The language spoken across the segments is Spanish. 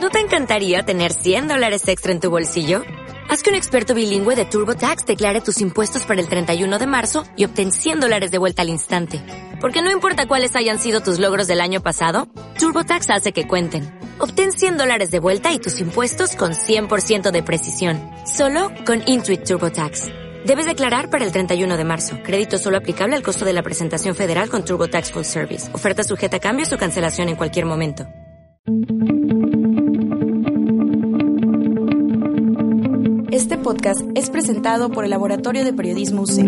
¿No te encantaría tener $100 extra en tu bolsillo? Haz que un experto bilingüe de TurboTax declare tus impuestos para el 31 de marzo y obtén $100 de vuelta al instante. Porque no importa cuáles hayan sido tus logros del año pasado, TurboTax hace que cuenten. Obtén $100 de vuelta y tus impuestos con 100% de precisión. Solo con Intuit TurboTax. Debes declarar para el 31 de marzo. Crédito solo aplicable al costo de la presentación federal con TurboTax Full Service. Oferta sujeta a cambios o cancelación en cualquier momento. Este podcast es presentado por el Laboratorio de Periodismo UC.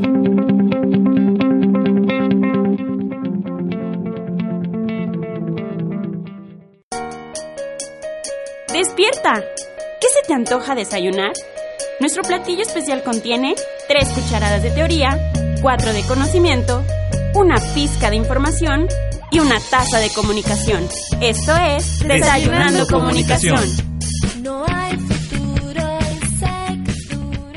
¡Despierta! ¿Qué se te antoja desayunar? Nuestro platillo especial contiene 3 cucharadas de teoría, 4 de conocimiento, una pizca de información y una taza de comunicación. Esto es Desayunando Comunicación. No hay futuro, sé que es duro.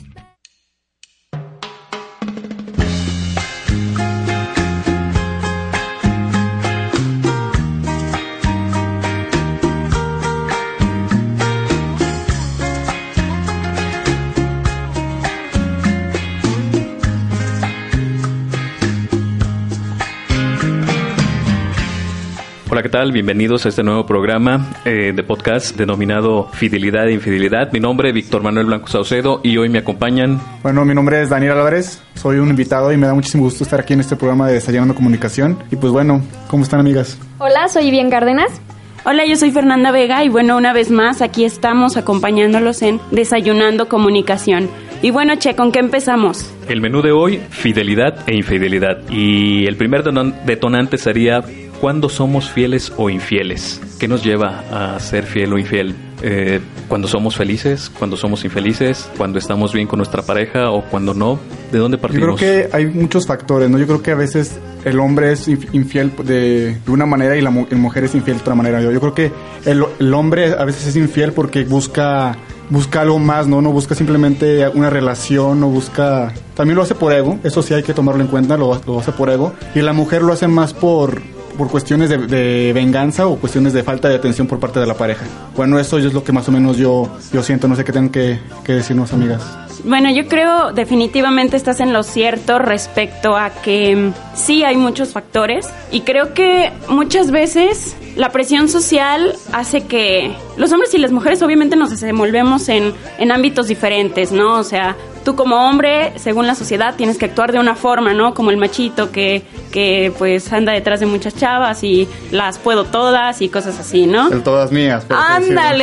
Hola, ¿qué tal? Bienvenidos a este nuevo programa de podcast denominado Fidelidad e Infidelidad. Mi nombre es Víctor Manuel Blanco Saucedo y hoy me acompañan... Bueno, mi nombre es Daniel Álvarez, soy un invitado y me da muchísimo gusto estar aquí en este programa de Desayunando Comunicación. Y pues bueno, ¿cómo están, amigas? Hola, soy Bien Cárdenas. Hola, yo soy Fernanda Vega y bueno, una vez más aquí estamos acompañándolos en Desayunando Comunicación. Y bueno, Che, ¿con qué empezamos? El menú de hoy, fidelidad e infidelidad. Y el primer detonante sería... ¿Cuándo somos fieles o infieles? ¿Qué nos lleva a ser fiel o infiel? ¿Cuando somos felices? ¿Cuando somos infelices? ¿Cuando estamos bien con nuestra pareja o cuando no? ¿De dónde partimos? Yo creo que hay muchos factores, ¿no? Yo creo que a veces el hombre es infiel de una manera y la mujer es infiel de otra manera. Yo creo que el hombre a veces es infiel porque busca algo más, ¿no? No busca simplemente una relación, no busca... También lo hace por ego, eso sí hay que tomarlo en cuenta, lo hace por ego. Y la mujer lo hace más por cuestiones de venganza o cuestiones de falta de atención por parte de la pareja. Bueno, eso es lo que más o menos yo siento, no sé qué tengan que decirnos, amigas. Bueno, yo creo definitivamente estás en lo cierto respecto a que sí hay muchos factores y creo que muchas veces la presión social hace que los hombres y las mujeres obviamente nos desenvolvemos en ámbitos diferentes, ¿no? O sea, tú como hombre, según la sociedad, tienes que actuar de una forma, ¿no? Como el machito que pues anda detrás de muchas chavas y las puedo todas y cosas así, ¿no? El todas mías. ¡Ándale!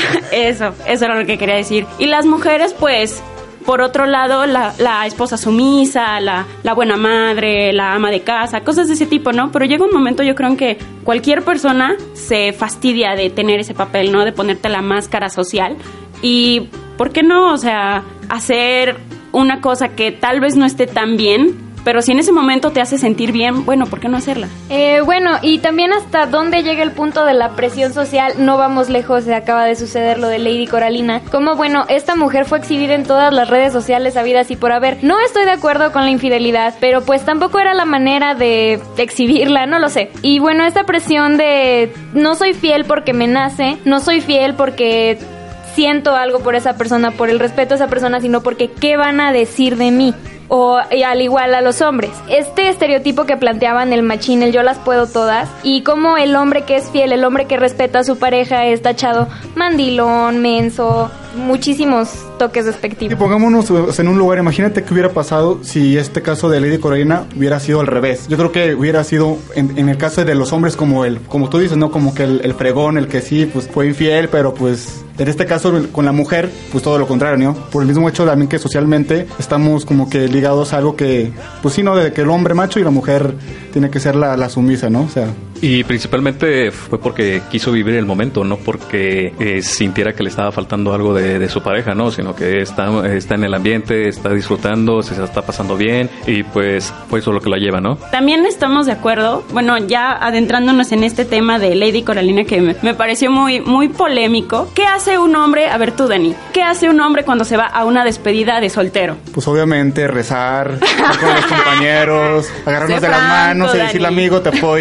Eso era lo que quería decir. Y las mujeres, pues... Por otro lado, la esposa sumisa, la buena madre, la ama de casa, cosas de ese tipo, ¿no? Pero llega un momento, yo creo, en que cualquier persona se fastidia de tener ese papel, ¿no? De ponerte la máscara social. Y, ¿por qué no? O sea, hacer una cosa que tal vez no esté tan bien, pero si en ese momento te hace sentir bien, bueno, ¿por qué no hacerla? Bueno, y también hasta dónde llega el punto de la presión social. No vamos lejos, se acaba de suceder lo de Lady Coralina. Como, bueno, esta mujer fue exhibida en todas las redes sociales habidas y por haber. No estoy de acuerdo con la infidelidad, pero pues tampoco era la manera de exhibirla, no lo sé. Y bueno, esta presión de no soy fiel porque me nace, no soy fiel porque... siento algo por esa persona, por el respeto a esa persona, sino porque ¿qué van a decir de mí? O al igual a los hombres. Este estereotipo que planteaban el machín, el yo las puedo todas, y como el hombre que es fiel, el hombre que respeta a su pareja es tachado mandilón, menso, muchísimos toques despectivos. Y pongámonos en un lugar, imagínate qué hubiera pasado si este caso de Lady Coralina hubiera sido al revés. Yo creo que hubiera sido, en el caso de los hombres, como tú dices, ¿no? Como que el fregón, el que sí, pues fue infiel, pero pues en este caso con la mujer, pues todo lo contrario, ¿no? Por el mismo hecho también que socialmente estamos como que ligados a algo que, pues sí, ¿no? De que el hombre macho y la mujer tiene que ser la sumisa, ¿no? O sea... Y principalmente fue porque quiso vivir el momento, no porque sintiera que le estaba faltando algo de su pareja, ¿no? Sino que está en el ambiente, está disfrutando, se está pasando bien y pues fue eso lo que la lleva, ¿no? También estamos de acuerdo, bueno, ya adentrándonos en este tema de Lady Coralina que me pareció muy, muy polémico. ¿Qué hace un hombre? A ver tú, Dani, ¿qué hace un hombre cuando se va a una despedida de soltero? Pues obviamente rezar con los compañeros, agarrarnos de las manos y decirle, amigo, te apoyo.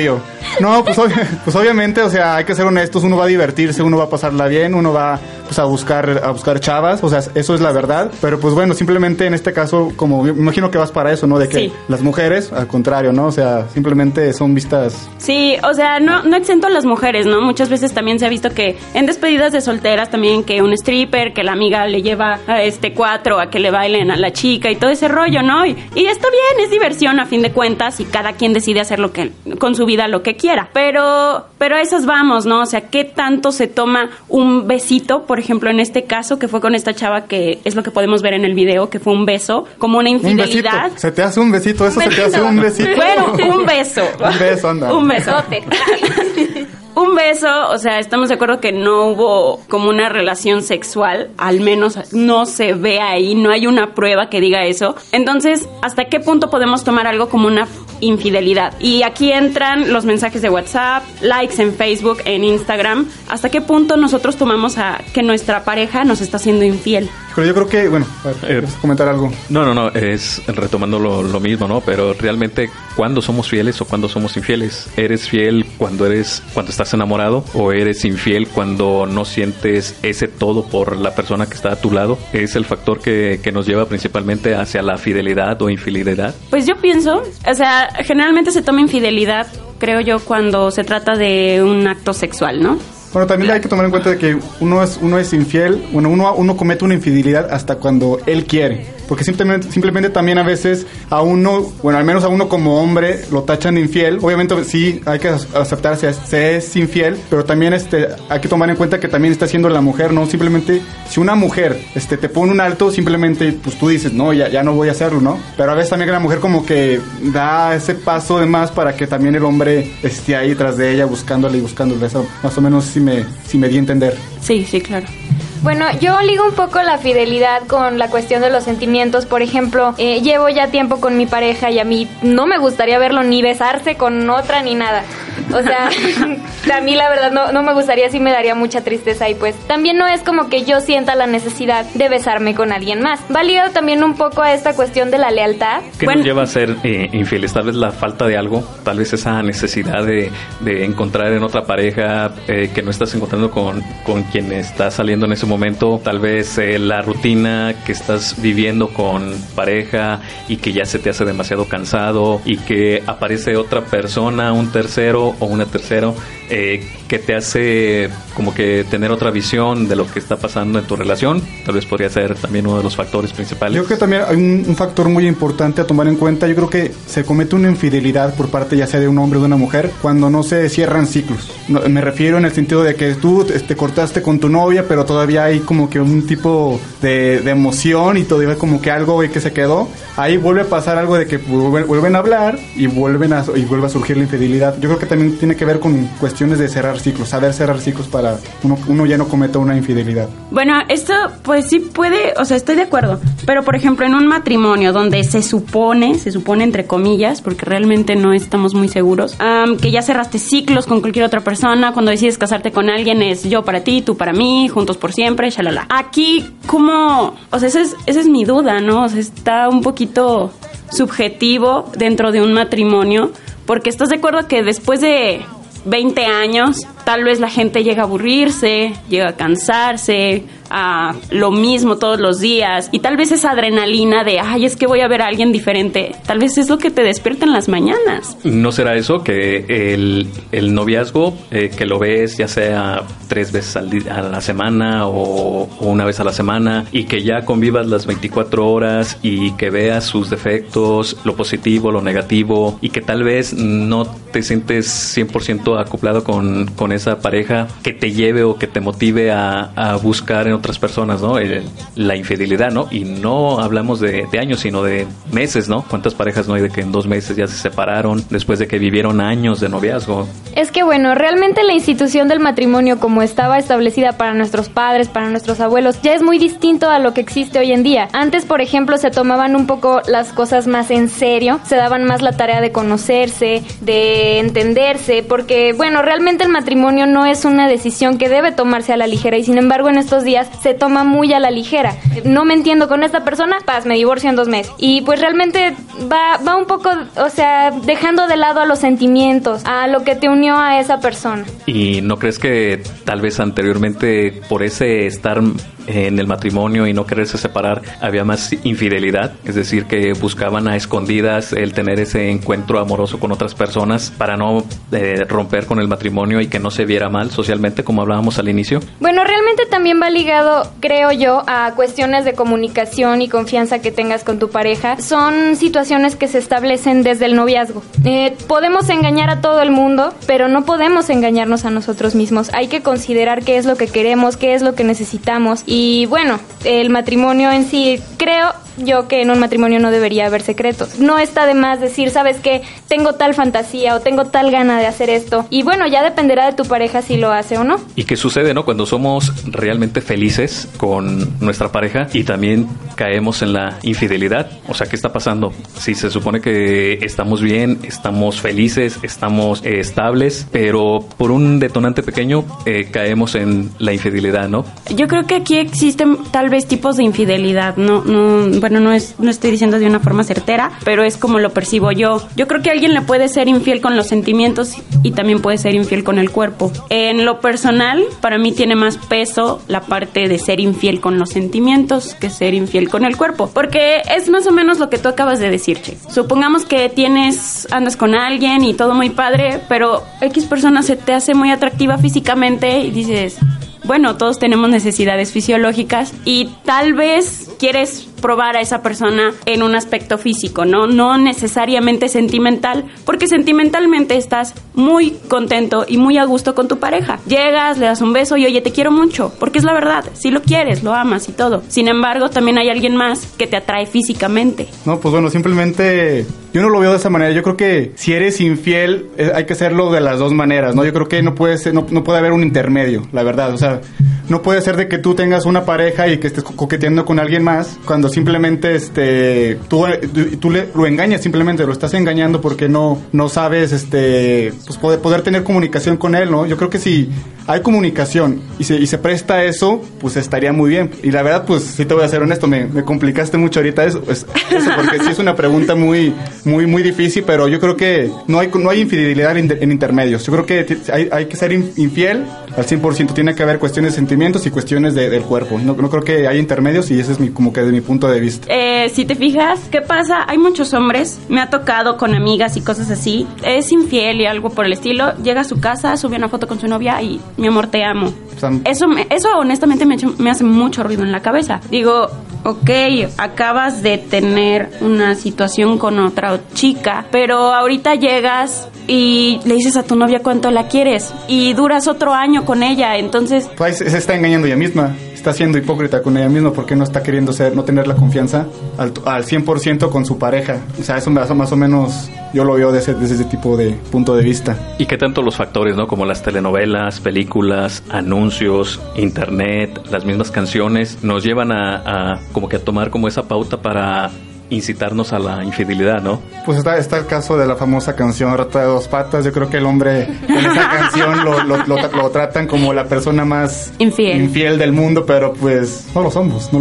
No, pues obviamente, o sea, hay que ser honestos, uno va a divertirse, uno va a pasarla bien, uno va pues a buscar chavas, o sea, eso es la verdad, pero pues bueno, simplemente en este caso, como me imagino que vas para eso, ¿no? De que Sí. las mujeres, al contrario, ¿no? O sea, simplemente son vistas. Sí, o sea, no exento a las mujeres, ¿no? Muchas veces también se ha visto que en despedidas de solteras también que un stripper, que la amiga le lleva a 4 a que le bailen a la chica y todo ese rollo, ¿no? Y está bien, es diversión a fin de cuentas y cada quien decide hacer con su vida lo que quiera. Pero a esas vamos, ¿no? O sea, ¿qué tanto se toma un besito? Por ejemplo, en este caso que fue con esta chava, que es lo que podemos ver en el video, que fue un beso, como una Un infidelidad. besito, se te hace un besito, eso se te hace un besito. Bueno, un beso. Un beso, anda. Un beso. Un beso, o sea, estamos de acuerdo que no hubo como una relación sexual, al menos no se ve ahí, no hay una prueba que diga eso. Entonces, ¿hasta qué punto podemos tomar algo como una infidelidad? Y aquí entran los mensajes de WhatsApp, likes en Facebook, en Instagram. ¿Hasta qué punto nosotros tomamos a que nuestra pareja nos está siendo infiel? Pero yo creo que, bueno, a ver, ¿quieres comentar algo? No, es retomando lo mismo, ¿no? Pero realmente, ¿cuándo somos fieles o cuándo somos infieles? ¿Eres fiel cuando estás enamorado o eres infiel cuando no sientes ese todo por la persona que está a tu lado? ¿Es el factor que nos lleva principalmente hacia la fidelidad o infidelidad? Pues yo pienso, o sea, generalmente se toma infidelidad, creo yo, cuando se trata de un acto sexual, ¿no? Bueno, también hay que tomar en cuenta de que uno es infiel, bueno, uno comete una infidelidad hasta cuando él quiere, porque simplemente también a veces a uno, bueno, al menos a uno como hombre lo tachan de infiel. Obviamente sí hay que aceptar se es infiel, pero también hay que tomar en cuenta que también está haciendo la mujer, ¿no? Simplemente si una mujer te pone un alto, simplemente pues tú dices, no, ya no voy a hacerlo, ¿no? Pero a veces también la mujer como que da ese paso de más para que también el hombre esté ahí tras de ella buscándole. Eso más o menos si me di a entender. Sí, claro. Bueno, yo ligo un poco la fidelidad con la cuestión de los sentimientos. Por ejemplo, llevo ya tiempo con mi pareja y a mí no me gustaría verlo ni besarse con otra ni nada. O sea, a mí la verdad no me gustaría, sí me daría mucha tristeza y pues también no es como que yo sienta la necesidad de besarme con alguien más. Va ligado también un poco a esta cuestión de la lealtad. ¿Qué nos lleva a ser infieles? Tal vez la falta de algo, tal vez esa necesidad de encontrar en otra pareja que no estás encontrando con quien está saliendo en ese momento, tal vez la rutina que estás viviendo con pareja y que ya se te hace demasiado cansado y que aparece otra persona, un tercero o una tercero que te hace como que tener otra visión de lo que está pasando en tu relación. Tal vez podría ser también uno de los factores principales. Yo creo que también hay un factor muy importante a tomar en cuenta. Yo creo que se comete una infidelidad por parte ya sea de un hombre o de una mujer cuando no se cierran ciclos. No, me refiero en el sentido de que tú te cortaste con tu novia, pero todavía hay como que un tipo de emoción y todavía como que algo que se quedó. Ahí vuelve a pasar algo de que vuelven a hablar y vuelve a surgir la infidelidad. Yo creo que también tiene que ver con cuestiones de cerrar ciclos, saber cerrar ciclos para uno ya no cometa una infidelidad. Bueno, esto pues sí puede, o sea, estoy de acuerdo, pero por ejemplo en un matrimonio donde se supone entre comillas, porque realmente no estamos muy seguros, que ya cerraste ciclos con cualquier otra persona, cuando decides casarte con alguien es yo para ti, tú para mí, juntos por siempre, shalala. Aquí, ¿cómo? O sea, esa es mi duda, ¿no? O sea, está un poquito subjetivo dentro de un matrimonio, porque estás de acuerdo que después de 20 años, tal vez la gente llega a aburrirse, llega a cansarse, a lo mismo todos los días, y tal vez esa adrenalina de, ay, es que voy a ver a alguien diferente, tal vez es lo que te despierta en las mañanas. ¿No será eso que el noviazgo, que lo ves ya sea 3 veces a la semana o una vez a la semana, y que ya convivas las 24 horas y que veas sus defectos, lo positivo, lo negativo, y que tal vez no te sientes 100% acoplado con esa pareja, que te lleve o que te motive a buscar en otras personas, ¿no? La infidelidad, ¿no? Y no hablamos de años, sino de meses, ¿no? ¿Cuántas parejas no hay de que en 2 meses ya se separaron después de que vivieron años de noviazgo? Es que bueno, realmente la institución del matrimonio como estaba establecida para nuestros padres, para nuestros abuelos, ya es muy distinto a lo que existe hoy en día. Antes, por ejemplo, se tomaban un poco las cosas más en serio, se daban más la tarea de conocerse, de entenderse, porque bueno, realmente el matrimonio matrimonio no es una decisión que debe tomarse a la ligera y sin embargo en estos días se toma muy a la ligera. No me entiendo con esta persona, me divorcio en 2 meses. Y pues realmente va un poco, o sea, dejando de lado a los sentimientos, a lo que te unió a esa persona. ¿Y no crees que tal vez anteriormente por ese estar en el matrimonio y no quererse separar había más infidelidad? Es decir, que buscaban a escondidas el tener ese encuentro amoroso con otras personas para no romper con el matrimonio y que no se viera mal socialmente, como hablábamos al inicio. Bueno, realmente también va ligado, creo yo, a cuestiones de comunicación y confianza que tengas con tu pareja. Son situaciones que se establecen desde el noviazgo. Podemos engañar a todo el mundo, pero no podemos engañarnos a nosotros mismos. Hay que considerar qué es lo que queremos, qué es lo que necesitamos. Y bueno, el matrimonio en sí, creo yo que en un matrimonio no debería haber secretos. No está de más decir, ¿sabes qué? Tengo tal fantasía o tengo tal gana de hacer esto. Y bueno, ya dependerá de tu pareja si lo hace o no. ¿Y qué sucede, no? Cuando somos realmente felices con nuestra pareja y también caemos en la infidelidad. O sea, ¿qué está pasando? Si se supone que estamos bien, estamos felices, estamos estables, pero por un detonante pequeño caemos en la infidelidad, ¿no? Yo creo que aquí existen tal vez tipos de infidelidad. Bueno, no estoy diciendo de una forma certera, pero es como lo percibo yo. Yo creo que alguien le puede ser infiel con los sentimientos y también puede ser infiel con el cuerpo. En lo personal, para mí tiene más peso la parte de ser infiel con los sentimientos que ser infiel con el cuerpo, porque es más o menos lo que tú acabas de decir, Che. Supongamos que andas con alguien y todo muy padre, pero X persona se te hace muy atractiva físicamente y dices, bueno, todos tenemos necesidades fisiológicas y tal vez quieres probar a esa persona en un aspecto físico, no necesariamente sentimental, porque sentimentalmente estás muy contento y muy a gusto con tu pareja. Llegas, le das un beso y oye, te quiero mucho, porque es la verdad, si lo quieres, lo amas y todo. Sin embargo, también hay alguien más que te atrae físicamente. No, pues bueno, simplemente yo no lo veo de esa manera. Yo creo que si eres infiel hay que hacerlo de las dos maneras, ¿no? Yo creo que no puede haber un intermedio, la verdad. O sea, no puede ser de que tú tengas una pareja y que estés coqueteando con alguien más cuando simplemente tú lo engañas, simplemente lo estás engañando porque no sabes pues poder tener comunicación con él, ¿no? Yo creo que si hay comunicación y se presta a eso, pues estaría muy bien. Y la verdad, pues sí te voy a ser honesto, me complicaste mucho ahorita eso porque sí es una pregunta muy difícil, pero yo creo que no hay infidelidad en intermedios. Yo creo que hay que ser infiel al 100%, tiene que haber cuestiones de sentimientos y cuestiones del cuerpo. No creo que haya intermedios y ese es como que de mi punto de vista. Si te fijas, ¿qué pasa? Hay muchos hombres, me ha tocado con amigas y cosas así, es infiel y algo por el estilo, llega a su casa, sube una foto con su novia y mi amor, te amo. O sea, eso honestamente me hace mucho ruido en la cabeza. Digo, ok, acabas de tener una situación con otra chica, pero ahorita llegas y le dices a tu novia cuánto la quieres y duras otro año con ella, entonces... Pues se está engañando ella misma, está siendo hipócrita con ella misma porque no está queriendo no tener la confianza al 100% con su pareja. O sea, eso más o menos yo lo veo desde ese tipo de punto de vista. ¿Y qué tanto los factores, no? Como las telenovelas, películas, anuncios, internet, las mismas canciones, nos llevan a tomar como esa pauta para incitarnos a la infidelidad, ¿no? Pues está el caso de la famosa canción Rata de Dos Patas. Yo creo que el hombre en esa canción lo tratan como la persona más infiel del mundo, pero pues no lo somos.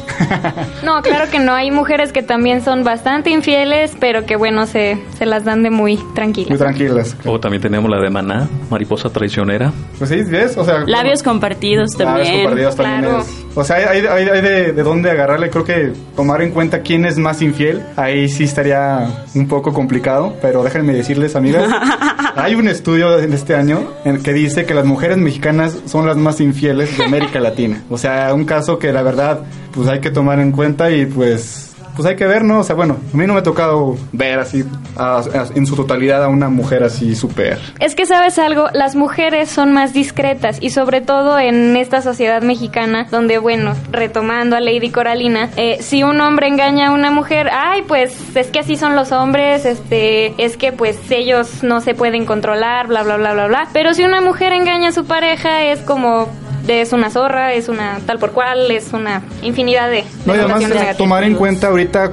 No, claro que no. Hay mujeres que también son bastante infieles, pero que bueno, se las dan de muy tranquilas. Muy tranquilas. O también tenemos la de Maná, Mariposa Traicionera. Pues sí, ¿ves? O sea, labios compartidos también. Labios compartidos también, claro. O sea, hay de dónde agarrarle. Creo que tomar en cuenta quién es más infiel, ahí sí estaría un poco complicado, pero déjenme decirles, amigas, hay un estudio de este año en el que dice que las mujeres mexicanas son las más infieles de América Latina. O sea, un caso que la verdad pues hay que tomar en cuenta y pues hay que ver, ¿no? O sea, bueno, a mí no me ha tocado ver así en su totalidad a una mujer así súper. Es que, ¿sabes algo? Las mujeres son más discretas y sobre todo en esta sociedad mexicana donde, bueno, retomando a Lady Coralina, si un hombre engaña a una mujer, ay, pues es que así son los hombres, es que pues ellos no se pueden controlar, bla, bla, bla, bla, bla. Pero si una mujer engaña a su pareja es como... es una zorra, es una tal por cual, es una infinidad de No, y además connotaciones negativas. tomar en cuenta ahorita,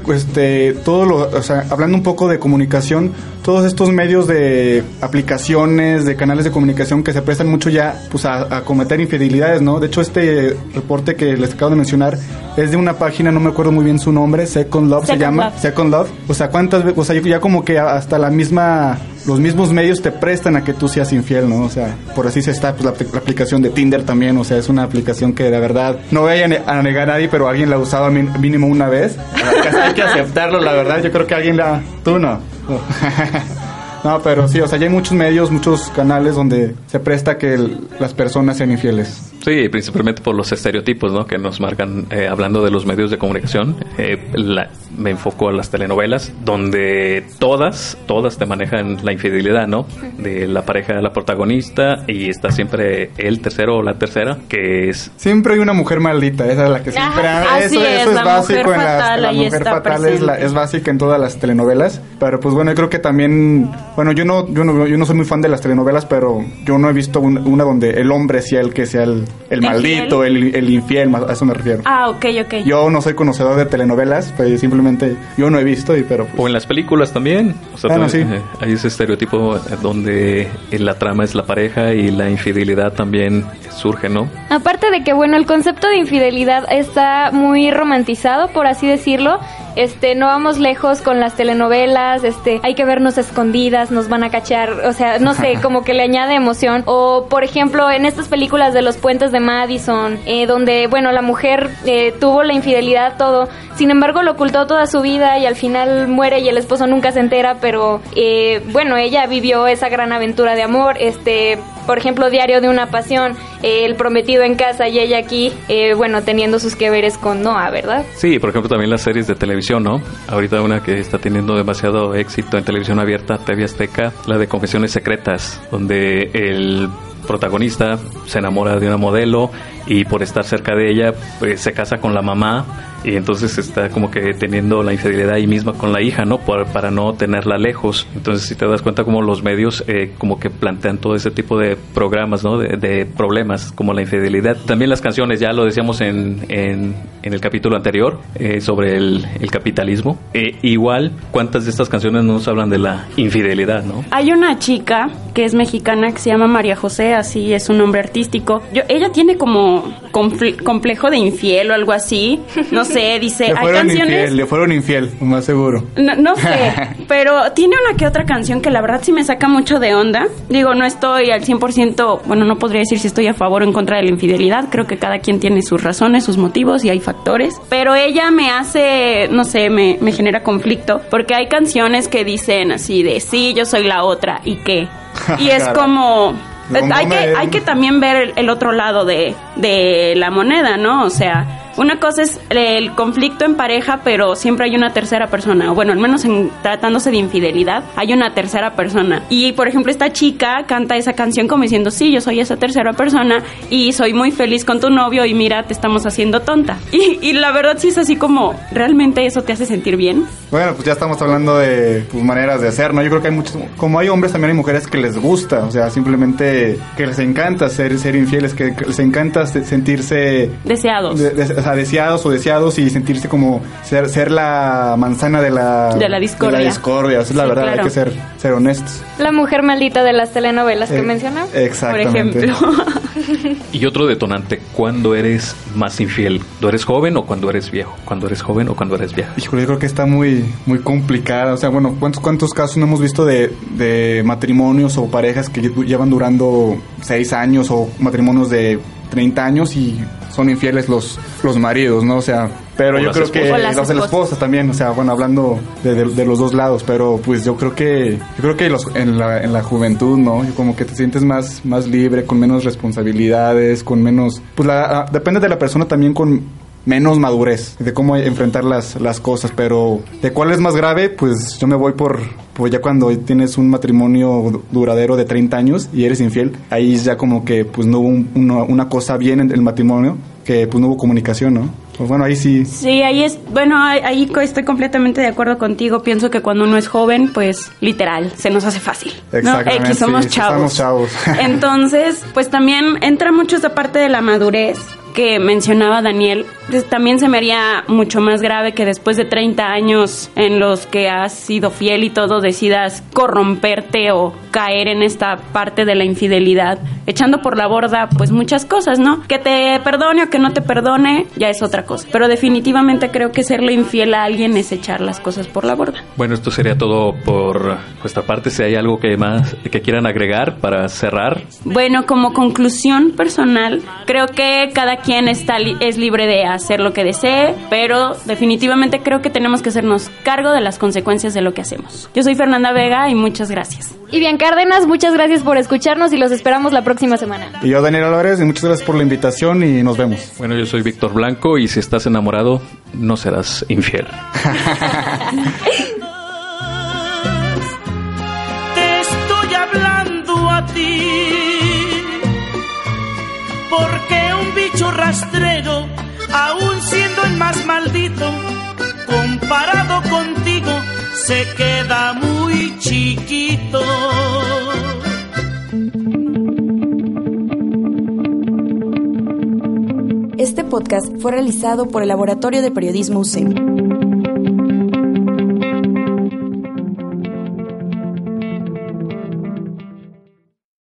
o sea, hablando un poco de comunicación, todos estos medios de aplicaciones, de canales de comunicación que se prestan mucho ya, pues a cometer infidelidades, ¿no? De hecho, este reporte que les acabo de mencionar es de una página, no me acuerdo muy bien su nombre, Second Love se llama, Second Love. O sea, cuántas veces, o sea, ya como que hasta los mismos medios te prestan a que tú seas infiel, ¿no? O sea, por así se está, pues la aplicación de Tinder también, o sea, es una aplicación que de verdad no voy a negar a nadie, pero alguien la ha usado mínimo una vez. Hay que aceptarlo, la verdad. Yo creo que alguien tú no. No, pero sí, o sea, ya hay muchos medios, muchos canales donde se presta que las personas sean infieles. Sí, principalmente por los estereotipos, ¿no? Que nos marcan, hablando de los medios de comunicación. Me enfoco a las telenovelas, donde todas te manejan la infidelidad, ¿no? De la pareja de la protagonista, y está siempre el tercero o la tercera, que es... Siempre hay una mujer maldita, esa es la que siempre... Así es, es la básico mujer en fatal, la ahí mujer está fatal presente. es básica en todas las telenovelas, pero pues bueno, yo creo que también... Bueno, yo no soy muy fan de las telenovelas, pero yo no he visto una donde el hombre sea el que sea el maldito, el infiel, a eso me refiero. Ah, ok. Yo no soy conocedor de telenovelas, pues simplemente yo no he visto, pero... Pues, O en las películas también. O sea, bueno, también, sí. hay ese estereotipo donde la trama es la pareja y la infidelidad también surge, ¿no? Aparte de que, bueno, el concepto de infidelidad está muy romantizado, por así decirlo. No vamos lejos con las telenovelas, hay que vernos escondidas, nos van a cachar, o sea, no sé, como que le añade emoción. O, por ejemplo, en estas películas de los puentes de Madison, donde, bueno, la mujer tuvo la infidelidad, todo, sin embargo lo ocultó toda su vida y al final muere y el esposo nunca se entera, pero, bueno, ella vivió esa gran aventura de amor, por ejemplo, Diario de una pasión, el prometido en casa y ella aquí, bueno, teniendo sus que veres con Noah, ¿verdad? Sí, por ejemplo, también las series de televisión, ¿no? Ahorita una que está teniendo demasiado éxito en televisión abierta, TV Azteca, la de Confesiones Secretas, donde el protagonista se enamora de una modelo y por estar cerca de ella, pues se casa con la mamá, y entonces está como que teniendo la infidelidad ahí misma con la hija, ¿no? Para no tenerla lejos. Entonces, si te das cuenta, como los medios como que plantean todo ese tipo de programas, ¿no? De problemas como la infidelidad. También las canciones, ya lo decíamos en el capítulo anterior, sobre el capitalismo. Igual, ¿cuántas de estas canciones nos hablan de la infidelidad, no? Hay una chica que es mexicana que se llama María José, así es un nombre artístico. Ella tiene como complejo de infiel o algo así. No sé, dice, hay canciones... Le fueron infiel, más seguro. No sé, pero tiene una que otra canción que la verdad sí me saca mucho de onda. Digo, no estoy al 100%, bueno, no podría decir si estoy a favor o en contra de la infidelidad. Creo que cada quien tiene sus razones, sus motivos y hay factores. Pero ella me hace, no sé, me genera conflicto. Porque hay canciones que dicen así de, sí, yo soy la otra, ¿y qué? Y es como... Hay que también ver el otro lado de la moneda, ¿no? O sea, una cosa es el conflicto en pareja, pero siempre hay una tercera persona. O bueno, al menos tratándose de infidelidad, hay una tercera persona. Y, por ejemplo, esta chica canta esa canción como diciendo, sí, yo soy esa tercera persona y soy muy feliz con tu novio y mira, te estamos haciendo tonta. Y la verdad sí es así como, ¿realmente eso te hace sentir bien? Bueno, pues ya estamos hablando de maneras de hacer, ¿no? Yo creo que hay muchos, como hay hombres, también hay mujeres que les gusta, o sea, simplemente que les encanta ser infieles, que les encanta sentirse... Deseados. Deseados y sentirse como ser la manzana de la discordia. De la discordia, esa es la verdad, claro. Hay que ser honestos. La mujer maldita de las telenovelas que mencionaba. Exactamente. Por ejemplo. Y otro detonante, ¿cuándo eres más infiel? ¿Cuando eres joven o cuando eres viejo? ¿Cuando eres joven o cuando eres viejo? Híjole, yo creo que está muy complicada. O sea, bueno, ¿cuántos casos no hemos visto de matrimonios o parejas que llevan durando 6 años o matrimonios de 30 años y son infieles los maridos, ¿no? O sea, pero yo creo que las esposas también, o sea, bueno, hablando de los dos lados, pero pues yo creo que en la juventud, ¿no? Como que te sientes más libre, con menos responsabilidades, con menos, pues depende de la persona también, con menos madurez de cómo enfrentar las cosas, pero de cuál es más grave, pues yo me voy por ya cuando tienes un matrimonio duradero de 30 años y eres infiel, ahí ya como que pues no hubo una cosa bien en el matrimonio, que pues no hubo comunicación, ¿no? Pues bueno, ahí sí. Sí, ahí estoy completamente de acuerdo contigo. Pienso que cuando uno es joven, pues literal, se nos hace fácil, ¿no? Exactamente, X, somos sí, chavos. estamos chavos. Entonces, pues también entra mucho esa parte de la madurez que mencionaba Daniel. Pues también se me haría mucho más grave que después de 30 años en los que has sido fiel y todo, decidas corromperte o caer en esta parte de la infidelidad, echando por la borda pues muchas cosas, ¿no? Que te perdone o que no te perdone ya es otra cosa, pero definitivamente creo que serle infiel a alguien es echar las cosas por la borda. Bueno, esto sería todo por nuestra parte. Si hay algo que más que quieran agregar para cerrar. Bueno, como conclusión personal, creo que cada quien es libre de hacer lo que desee, pero definitivamente creo que tenemos que hacernos cargo de las consecuencias de lo que hacemos. Yo soy Fernanda Vega y muchas gracias. Y bien, Cárdenas, muchas gracias por escucharnos y los esperamos la próxima semana. Y yo, Daniel Álvarez, y muchas gracias por la invitación y nos vemos. Bueno, yo soy Víctor Blanco y si estás enamorado, no serás infiel. Te estoy hablando a ti, porque un bicho rastrero, aún siendo el más maldito, comparado contigo, se queda muy chiquito. Este podcast fue realizado por el Laboratorio de Periodismo UCEM.